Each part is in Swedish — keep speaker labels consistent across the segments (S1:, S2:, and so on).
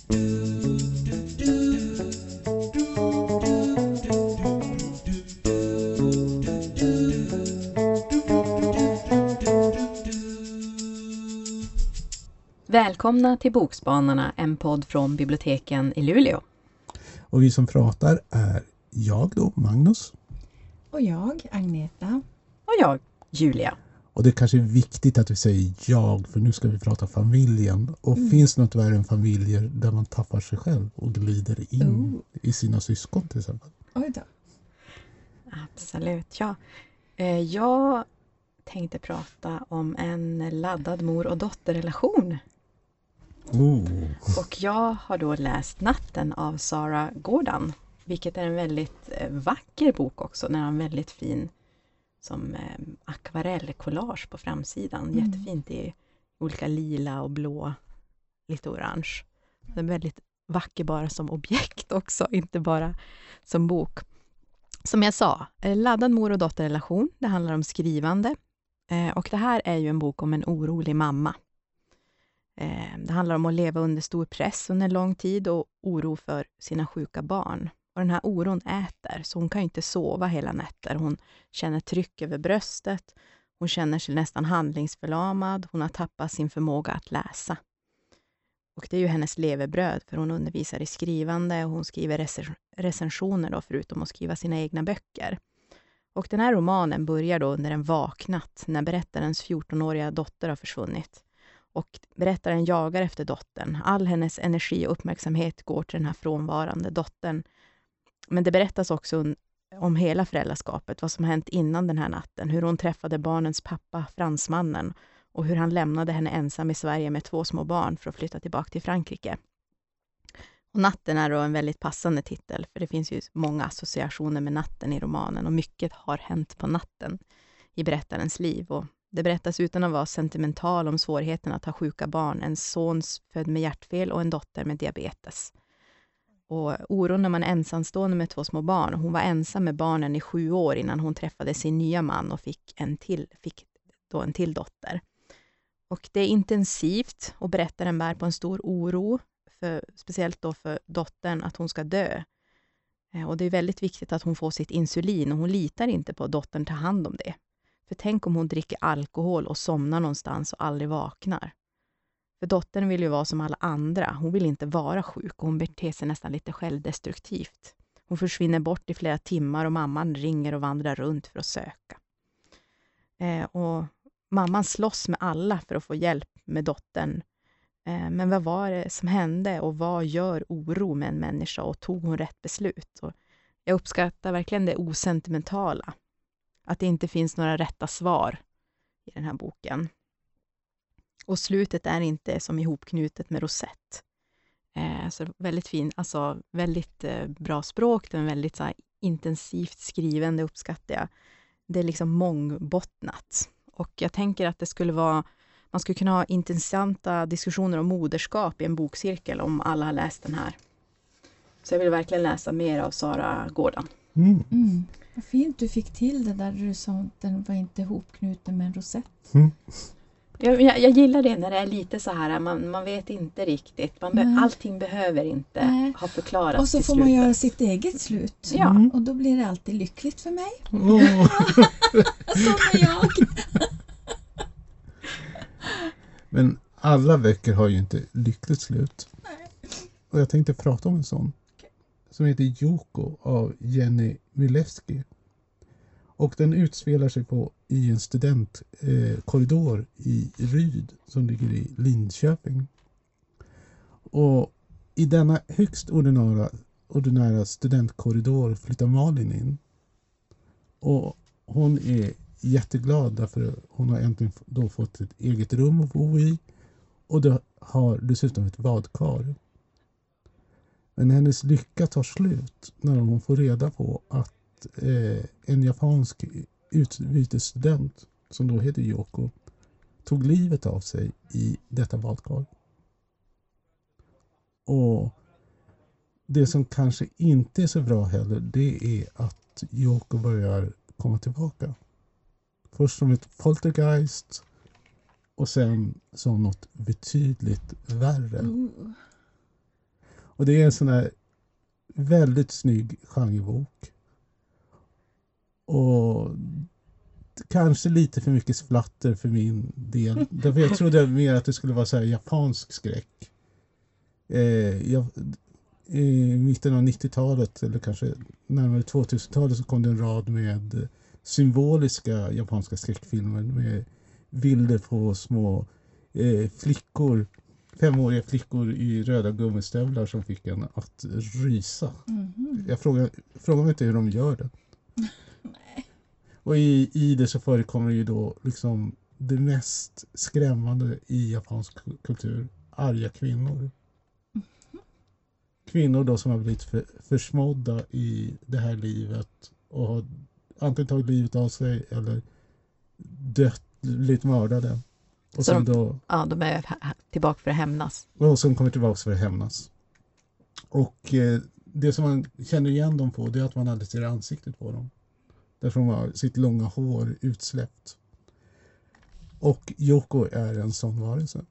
S1: Välkomna till Bokspanarna, en podd från biblioteken i Luleå.
S2: Och vi som pratar är jag då, Magnus.
S3: Och jag, Agneta.
S1: Och jag, Julia.
S2: Och det kanske är viktigt att vi säger jag, för nu ska vi prata familjen. Och finns det något värre än familjer där man tappar sig själv och glider in i sina syskon till exempel?
S3: Oj då.
S1: Absolut, ja. Jag tänkte prata om en laddad mor- och dotterrelation. Och jag har då läst Natten av Sarah Gordon, vilket är en väldigt vacker bok också. Den har en väldigt fin som akvarellkollage på framsidan. Jättefint i olika lila och blå, lite orange. Den är väldigt vacker bara som objekt också, inte bara som bok. Som jag sa, laddad mor- och dotterrelation. Det handlar om skrivande. Och det här är ju en bok om en orolig mamma. Det handlar om att leva under stor press under lång tid och oro för sina sjuka barn. Och den här oron äter, så hon kan inte sova hela nätter. Hon känner tryck över bröstet. Hon känner sig nästan handlingsförlamad. Hon har tappat sin förmåga att läsa. Och det är ju hennes levebröd, för hon undervisar i skrivande och hon skriver recensioner då, förutom att skriva sina egna böcker. Och den här romanen börjar då under en vaknatt när berättarens 14-åriga dotter har försvunnit. Och berättaren jagar efter dottern. All hennes energi och uppmärksamhet går till den här frånvarande dottern. Men det berättas också om hela föräldraskapet, vad som hänt innan den här natten. Hur hon träffade barnens pappa, fransmannen, och hur han lämnade henne ensam i Sverige med 2 små barn för att flytta tillbaka till Frankrike. Och Natten är då en väldigt passande titel, för det finns ju många associationer med natten i romanen och mycket har hänt på natten i berättarens liv. Och det berättas utan att vara sentimental om svårigheten att ha sjuka barn, en son född med hjärtfel och en dotter med diabetes. Och oron när man är ensamstående med 2 små barn. Hon var ensam med barnen i 7 år innan hon träffade sin nya man och fick en till dotter. Och det är intensivt och berättaren bär på en stor oro, speciellt då för dottern, att hon ska dö. Och det är väldigt viktigt att hon får sitt insulin och hon litar inte på att dottern tar hand om det. För tänk om hon dricker alkohol och somnar någonstans och aldrig vaknar. För dottern vill ju vara som alla andra. Hon vill inte vara sjuk och hon beter sig nästan lite självdestruktivt. Hon försvinner bort i flera timmar och mamman ringer och vandrar runt för att söka. Och mamman slåss med alla för att få hjälp med dottern. Men vad var det som hände och vad gör oro med en människa och tog hon rätt beslut? Och jag uppskattar verkligen det osentimentala. Att det inte finns några rätta svar i den här boken. Och slutet är inte som ihopknutet med rosett. Så väldigt fin, alltså väldigt bra språk. Den är väldigt så här, intensivt skriven, det uppskattar jag. Det är liksom mångbottnat. Och jag tänker att det skulle vara, man skulle kunna ha intressanta diskussioner om moderskap i en bokcirkel om alla har läst den här. Så jag vill verkligen läsa mer av Sarah Gordon.
S3: Vad fint du fick till det där du sa att den var inte ihopknuten med en rosett.
S1: Jag gillar det när det är lite så här, man vet inte riktigt. Allting behöver inte ha förklarats.
S3: Och så får man göra sitt eget slut.
S1: Ja.
S3: Och då blir det alltid lyckligt för mig. Som är jag.
S2: Men alla böcker har ju inte lyckligt slut.
S3: Nej.
S2: Och jag tänkte prata om en sån. Som heter Yoko av Jenny Milewski. Och den utspelar sig i en studentkorridor i Ryd som ligger i Linköping. Och i denna högst ordinära studentkorridor flyttar Malin in. Och hon är jätteglad därför hon har äntligen då fått ett eget rum att bo i. Och det har dessutom ett badkar. Men hennes lycka tar slut när hon får reda på att en japansk utbytesstudent som då heter Yoko tog livet av sig i detta badkar. Och det som kanske inte är så bra heller, det är att Yoko börjar komma tillbaka. Först som ett poltergeist och sen som något betydligt värre. Och det är en sån här väldigt snygg genrebok. Och kanske lite för mycket splatter för min del. Därför jag trodde mer att det skulle vara så här japansk skräck. I mitten av 90-talet eller kanske närmare 2000-talet så kom det en rad med symboliska japanska skräckfilmer med bilder på små flickor, 5-åriga flickor i röda gummistövlar som fick en att rysa. Jag frågar mig inte hur de gör det.
S3: Nej.
S2: Och i det så förekommer ju då liksom det mest skrämmande i japansk kultur, arga kvinnor. Kvinnor då som har blivit försmådda i det här livet och har antingen tagit livet av sig eller dött, blivit mördade. Och
S1: Så
S2: de
S1: är tillbaka för att hämnas.
S2: Och som kommer tillbaka för att hämnas. Och det som man känner igen dem på det är att man aldrig ser ansiktet på dem. Därför de har sitt långa hår utsläppt. Och Yoko är en sån varelse.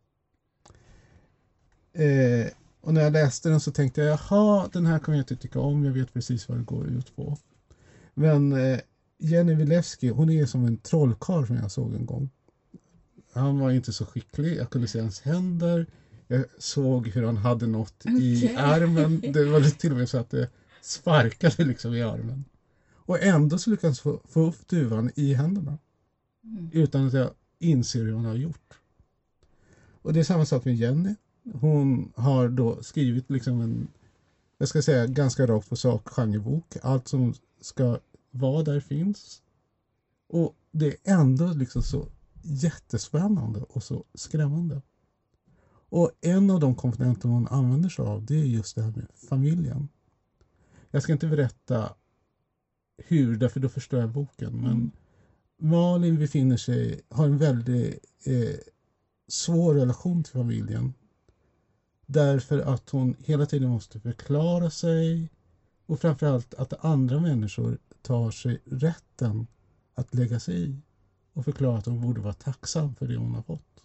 S2: Och när jag läste den så tänkte jag, jaha, den här kommer jag inte tycka om. Jag vet precis vad det går ut på. Men Jenny Wilewski, hon är som en trollkarl som jag såg en gång. Han var inte så skicklig. Jag kunde se hans händer. Jag såg hur han hade något i armen. Det var till och med så att det sparkade liksom i armen. Och ändå så lyckades jag få upp duvan i händerna. Utan att jag inser hur hon har gjort. Och det är samma sak med Jenny. Hon har då skrivit liksom en, jag ska säga ganska rakt på sak, genrebok. Allt som ska vara där finns. Och det är ändå liksom så jättespännande och så skrämmande. Och en av de komponenter hon använder sig av, det är just det här med familjen. Jag ska inte berätta hur, därför då förstör jag boken. Men Malin har en väldigt svår relation till familjen. Därför att hon hela tiden måste förklara sig. Och framförallt att andra människor tar sig rätten att lägga sig i. Och förklara att hon borde vara tacksam för det hon har fått.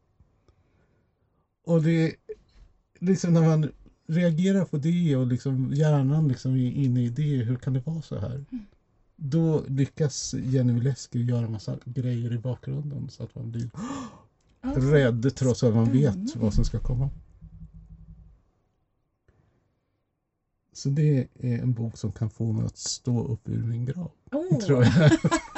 S2: Och det är liksom när man reagerar på det och liksom hjärnan liksom är inne i det, hur kan det vara så här? Då lyckas Jenny Wilewski göra en massa grejer i bakgrunden så att man blir rädd trots att man vet vad som ska komma. Så det är en bok som kan få mig att stå upp ur min grav, tror jag.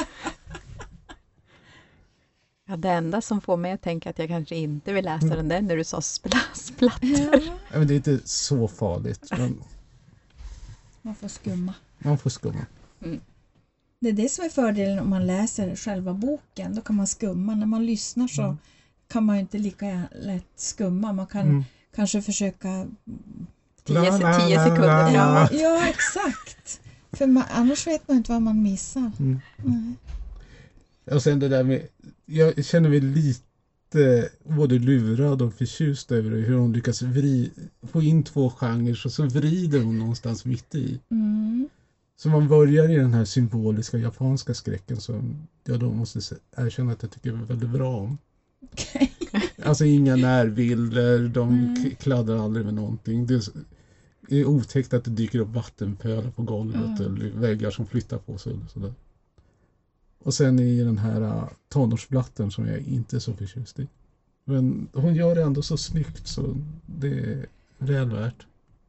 S1: Ja, det enda som får mig att tänka att jag kanske inte vill läsa den där när du sa splatter.
S2: Ja, men det är inte så farligt. Men
S3: Man får skumma.
S2: man får skumma.
S3: Det är det som är fördelen om man läser själva boken. Då kan man skumma. När man lyssnar så kan man ju inte lika lätt skumma. Man kan kanske försöka
S1: 10 sekunder framåt.
S3: Ja, exakt. För annars vet man inte vad man missar. Nej.
S2: Och sen det där med, jag känner mig lite både lurad och förtjust över hur hon lyckas få in 2 genrer och så vrider hon någonstans mitt i. Så man börjar i den här symboliska japanska skräcken som jag då måste erkänna att jag tycker väldigt bra om.
S3: Okay.
S2: Alltså inga närbilder, de kladdar aldrig med någonting. Det är otäckt att det dyker upp vattenpölar på golvet eller väggar som flyttar på sig. Och sådär. Och sen i den här tonårsblatten som jag inte är så förtjust i. Men hon gör det ändå så snyggt så det är väl värt.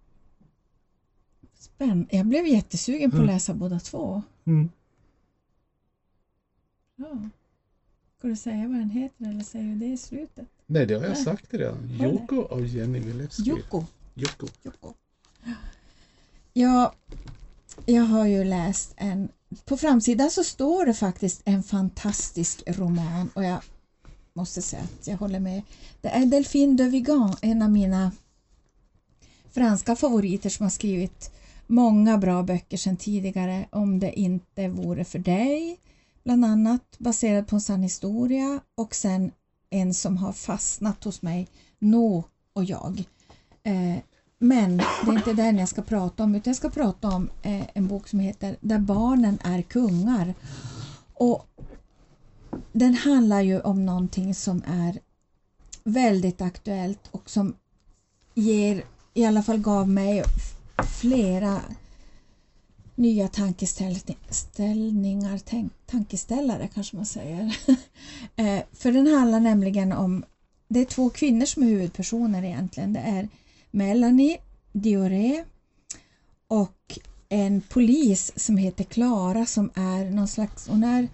S3: Spännande. Jag blev jättesugen på att läsa båda 2. Ja. Ska du säga vad den heter eller säger du det i slutet?
S2: Nej, det har jag sagt redan. Yoko av Jenny Wilewski.
S3: Yoko.
S2: Yoko.
S3: Ja, jag har ju läst på framsidan så står det faktiskt en fantastisk roman och jag måste säga att jag håller med. Det är Delphine de Vigan, en av mina franska favoriter som har skrivit många bra böcker sedan tidigare. Om det inte vore för dig, bland annat baserad på en sann historia, och sen en som har fastnat hos mig, Nå och jag. Men det är inte den jag ska prata om, utan jag ska prata om en bok som heter Där barnen är kungar. Och den handlar ju om någonting som är väldigt aktuellt och som ger i alla fall gav mig flera nya tankeställare kanske man säger. För den handlar nämligen om, det är 2 kvinnor som är huvudpersoner egentligen. Det är Melanie Dioré och en polis som heter Clara, som är någon slags, hon är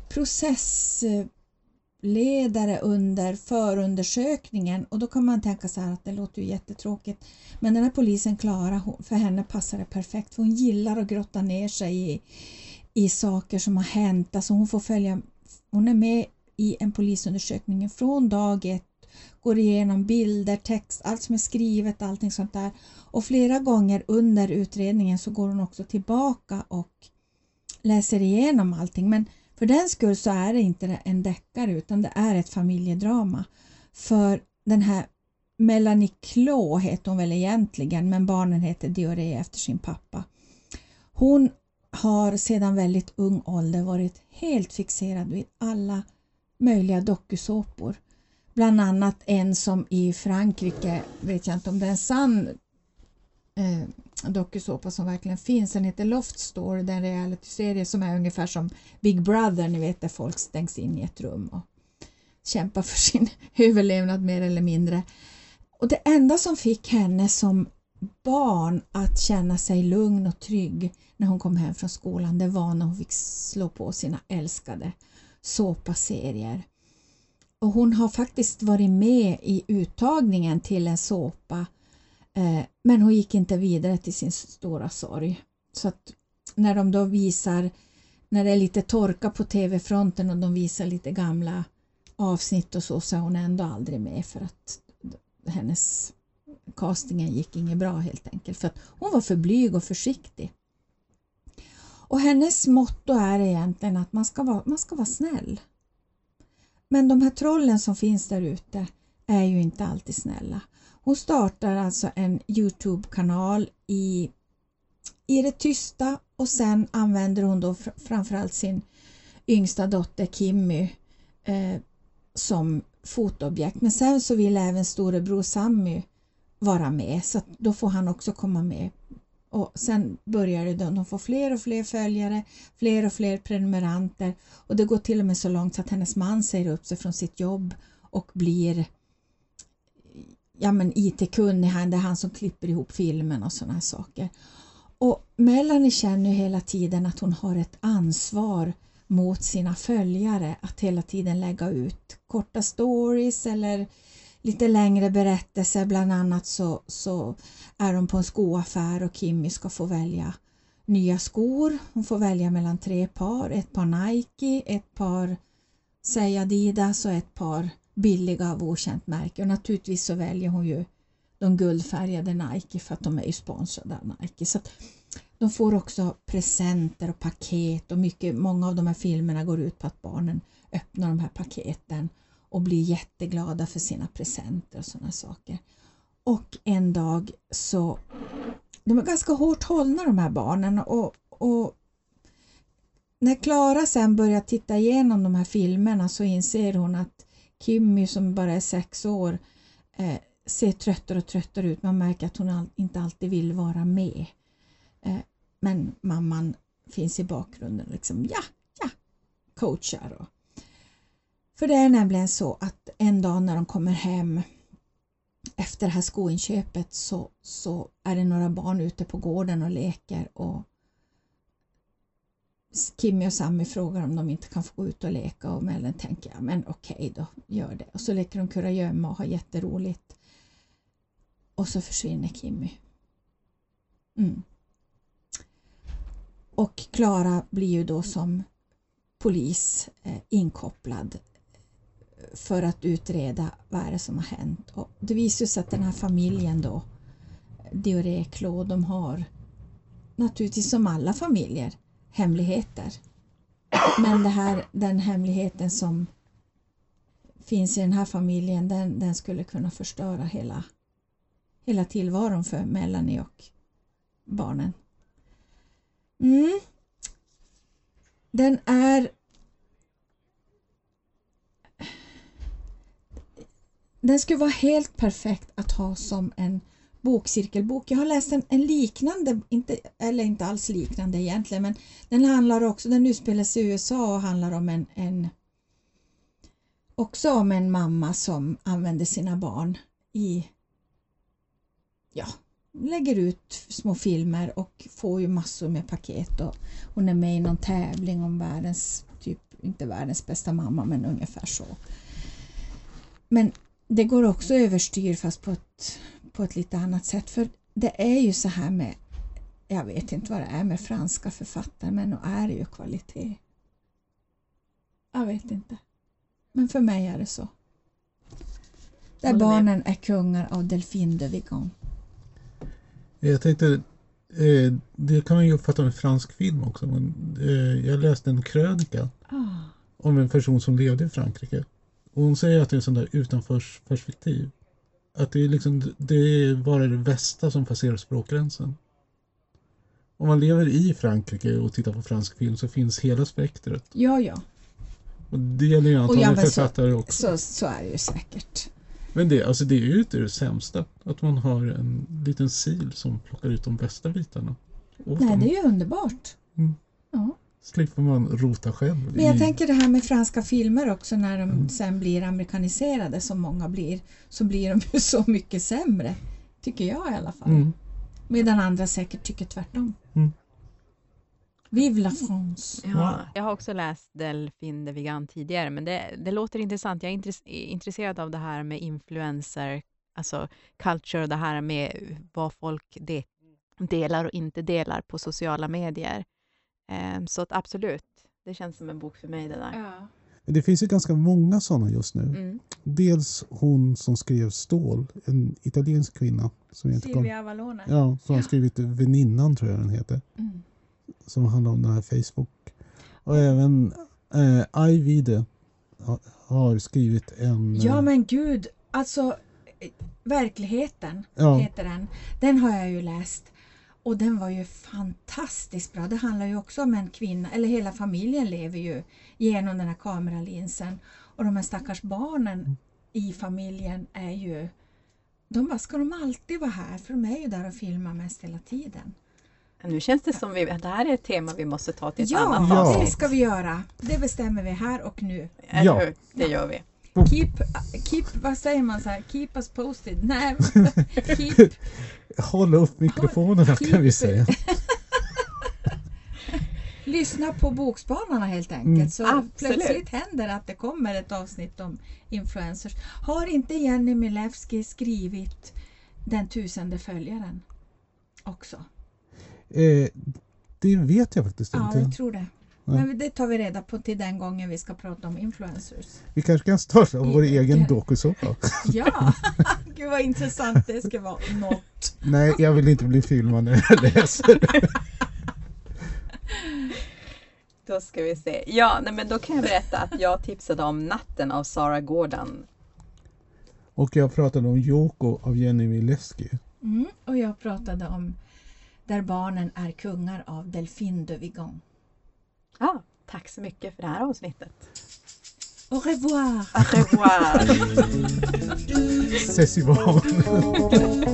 S3: processledare under förundersökningen, och då kan man tänka så här att det låter ju jättetråkigt, men den här polisen Clara, för henne passar det perfekt, för hon gillar att grotta ner sig i saker som har hänt. Alltså hon är med i en polisundersökning från dag 1, går igenom bilder, text, allt som är skrivet, allting sånt där. Och flera gånger under utredningen så går hon också tillbaka och läser igenom allting. Men för den skull så är det inte en deckare, utan det är ett familjedrama. För den här Melanie Clå heter hon väl egentligen, men barnen heter Dioré efter sin pappa. Hon har sedan väldigt ung ålder varit helt fixerad vid alla möjliga dokusåpor. Bland annat en som i Frankrike, vet jag inte om det är en sann dokusåpa som verkligen finns. Den heter Loft Story, den realityserie som är ungefär som Big Brother, ni vet, där folk stängs in i ett rum och kämpar för sin överlevnad mer eller mindre. Och det enda som fick henne som barn att känna sig lugn och trygg när hon kom hem från skolan, det var när hon fick slå på sina älskade såpaserier. Och hon har faktiskt varit med i uttagningen till en såpa, men hon gick inte vidare till sin stora sorg. Så att när de då visar, när det är lite torka på tv-fronten och de visar lite gamla avsnitt och så är hon ändå aldrig med, för att hennes castingen gick inget bra helt enkelt. För att hon var för blyg och försiktig. Och hennes motto är egentligen att man ska vara snäll. Men de här trollen som finns där ute är ju inte alltid snälla. Hon startar alltså en YouTube-kanal i det tysta, och sen använder hon då framförallt sin yngsta dotter Kimmy som fotobjekt. Men sen så vill även storebror Sammy vara med, så att då får han också komma med. Och sen börjar det då, de får fler och fler följare, fler och fler prenumeranter, och det går till och med så långt så att hennes man säger upp sig från sitt jobb och blir IT-kunnig. Det är han som klipper ihop filmen och sådana här saker. Och Melanie känner ju hela tiden att hon har ett ansvar mot sina följare, att hela tiden lägga ut korta stories eller lite längre berättelser. Bland annat så är de på en skoaffär och Kimmy ska få välja nya skor. Hon får välja mellan 3 par. Ett par Nike, ett par Adidas och ett par billiga av okänt märke. Och naturligtvis så väljer hon ju de guldfärgade Nike för att de är ju sponsrade av Nike. Så att de får också presenter och paket, och många av de här filmerna går ut på att barnen öppnar de här paketen och blir jätteglada för sina presenter och sådana saker. Och en dag så, de är ganska hårt hållna de här barnen, och när Clara sen börjar titta igenom de här filmerna så inser hon att Kimmy, som bara är 6 år, ser tröttare och tröttare ut. Man märker att hon inte alltid vill vara med. Men mamman finns i bakgrunden liksom, coachar. För det är nämligen så att en dag när de kommer hem efter det här skoinköpet så är det några barn ute på gården och leker, och Kimmy och Sammy frågar om de inte kan få gå ut och leka, och Melanie tänker, men okej då, gör det. Och så leker de kurragömma och har jätteroligt. Och så försvinner Kimmy. Och Clara blir ju då som polis inkopplad för att utreda vad är det som har hänt. Och det visar sig att den här familjen då, Dioré Clå, de har naturligtvis som alla familjer hemligheter. Men den hemligheten som finns i den här familjen, den skulle kunna förstöra hela tillvaron för Melanie och barnen. Den skulle vara helt perfekt att ha som en bokcirkelbok. Jag har läst en liknande, inte alls liknande egentligen, men den utspelar sig i USA och handlar om också om en mamma som använder sina barn lägger ut små filmer och får ju massor med paket, och hon är med i någon tävling om inte världens bästa mamma, men ungefär så. Men det går också överstyr, fast på ett lite annat sätt, för det är ju så här med, jag vet inte vad det är med franska författare, men nu är det ju kvalitet. Jag vet inte. Men för mig är det så. Där barnen är kungar av Delphine de Vigan.
S2: Jag tänkte, det kan man ju uppfatta med fransk film också. Men, jag läste en krönika om en person som levde i Frankrike. Och hon säger att det är en sån där utanförsperspektiv. Att det är liksom, det är bara det västa som passerar språkgränsen. Om man lever i Frankrike och tittar på fransk film så finns hela spektret.
S3: Ja.
S2: Och det gäller ju antagligen författare också.
S3: Så är det ju säkert.
S2: Men det är ju inte det sämsta. Att man har en liten sil som plockar ut de bästa bitarna.
S3: Nej, det är ju underbart.
S2: Mm.
S3: Ja.
S2: Slipper man rota själv.
S3: Men jag tänker det här med franska filmer också, när de sen blir amerikaniserade som många blir, så blir de ju så mycket sämre. Tycker jag i alla fall. Medan andra säkert tycker tvärtom. Vive la France!
S1: Ja, jag har också läst Delphine de Vigan tidigare, men det låter intressant. Jag är intresserad av det här med influencer, alltså culture, det här med vad folk delar och inte delar på sociala medier. Så att absolut, det känns som en bok för mig det där.
S3: Ja.
S2: Det finns ju ganska många sådana just nu. Dels hon som skrev Stål, en italiensk kvinna. Som
S3: Silvia Avalone.
S2: Ja, som har skrivit Väninnan, tror jag den heter. Som handlar om den här Facebook. Och även Ajvide har skrivit en...
S3: Ja men gud, alltså Verkligheten heter den. Den har jag ju läst. Och den var ju fantastiskt bra. Det handlar ju också om en kvinna, eller hela familjen lever ju genom den här kameralinsen. Och de här stackars barnen i familjen är ju, ska de alltid vara här? För de är ju där och filmar mest hela tiden.
S1: Nu känns det som det här är ett tema vi måste ta till ett annat
S3: avsnitt. Ja,
S1: avsnitt.
S3: det ska vi göra. Det bestämmer vi här och nu.
S1: Ja, det gör vi.
S3: Keep, vad säger man så här? Keep us posted. Nej,
S2: håll upp mikrofonerna kan vi säga.
S3: Lyssna på Bokspanarna helt enkelt. Så
S1: absolut.
S3: Plötsligt händer att det kommer ett avsnitt om influencers. Har inte Jenny Milewski skrivit Den 1000:e följaren också?
S2: Det vet jag faktiskt inte.
S3: Ja, jag tror det. Men det tar vi reda på till den gången vi ska prata om influencers.
S2: Vi kanske kan starta vår egen dokusåpa.
S3: Ja, gud vad intressant det ska vara något.
S2: Nej, jag vill inte bli filmad när jag läser.
S1: Då ska vi se. Ja, men då kan jag berätta att jag tipsade om Natten av Sarah Gordon.
S2: Och jag pratade om Yoko av Jenny Milewski.
S3: Och jag pratade om Där barnen är kungar av Delphine de Vigan.
S1: Ja, tack så mycket för det här avsnittet.
S3: Au revoir!
S1: Au revoir!
S2: C'est si bon.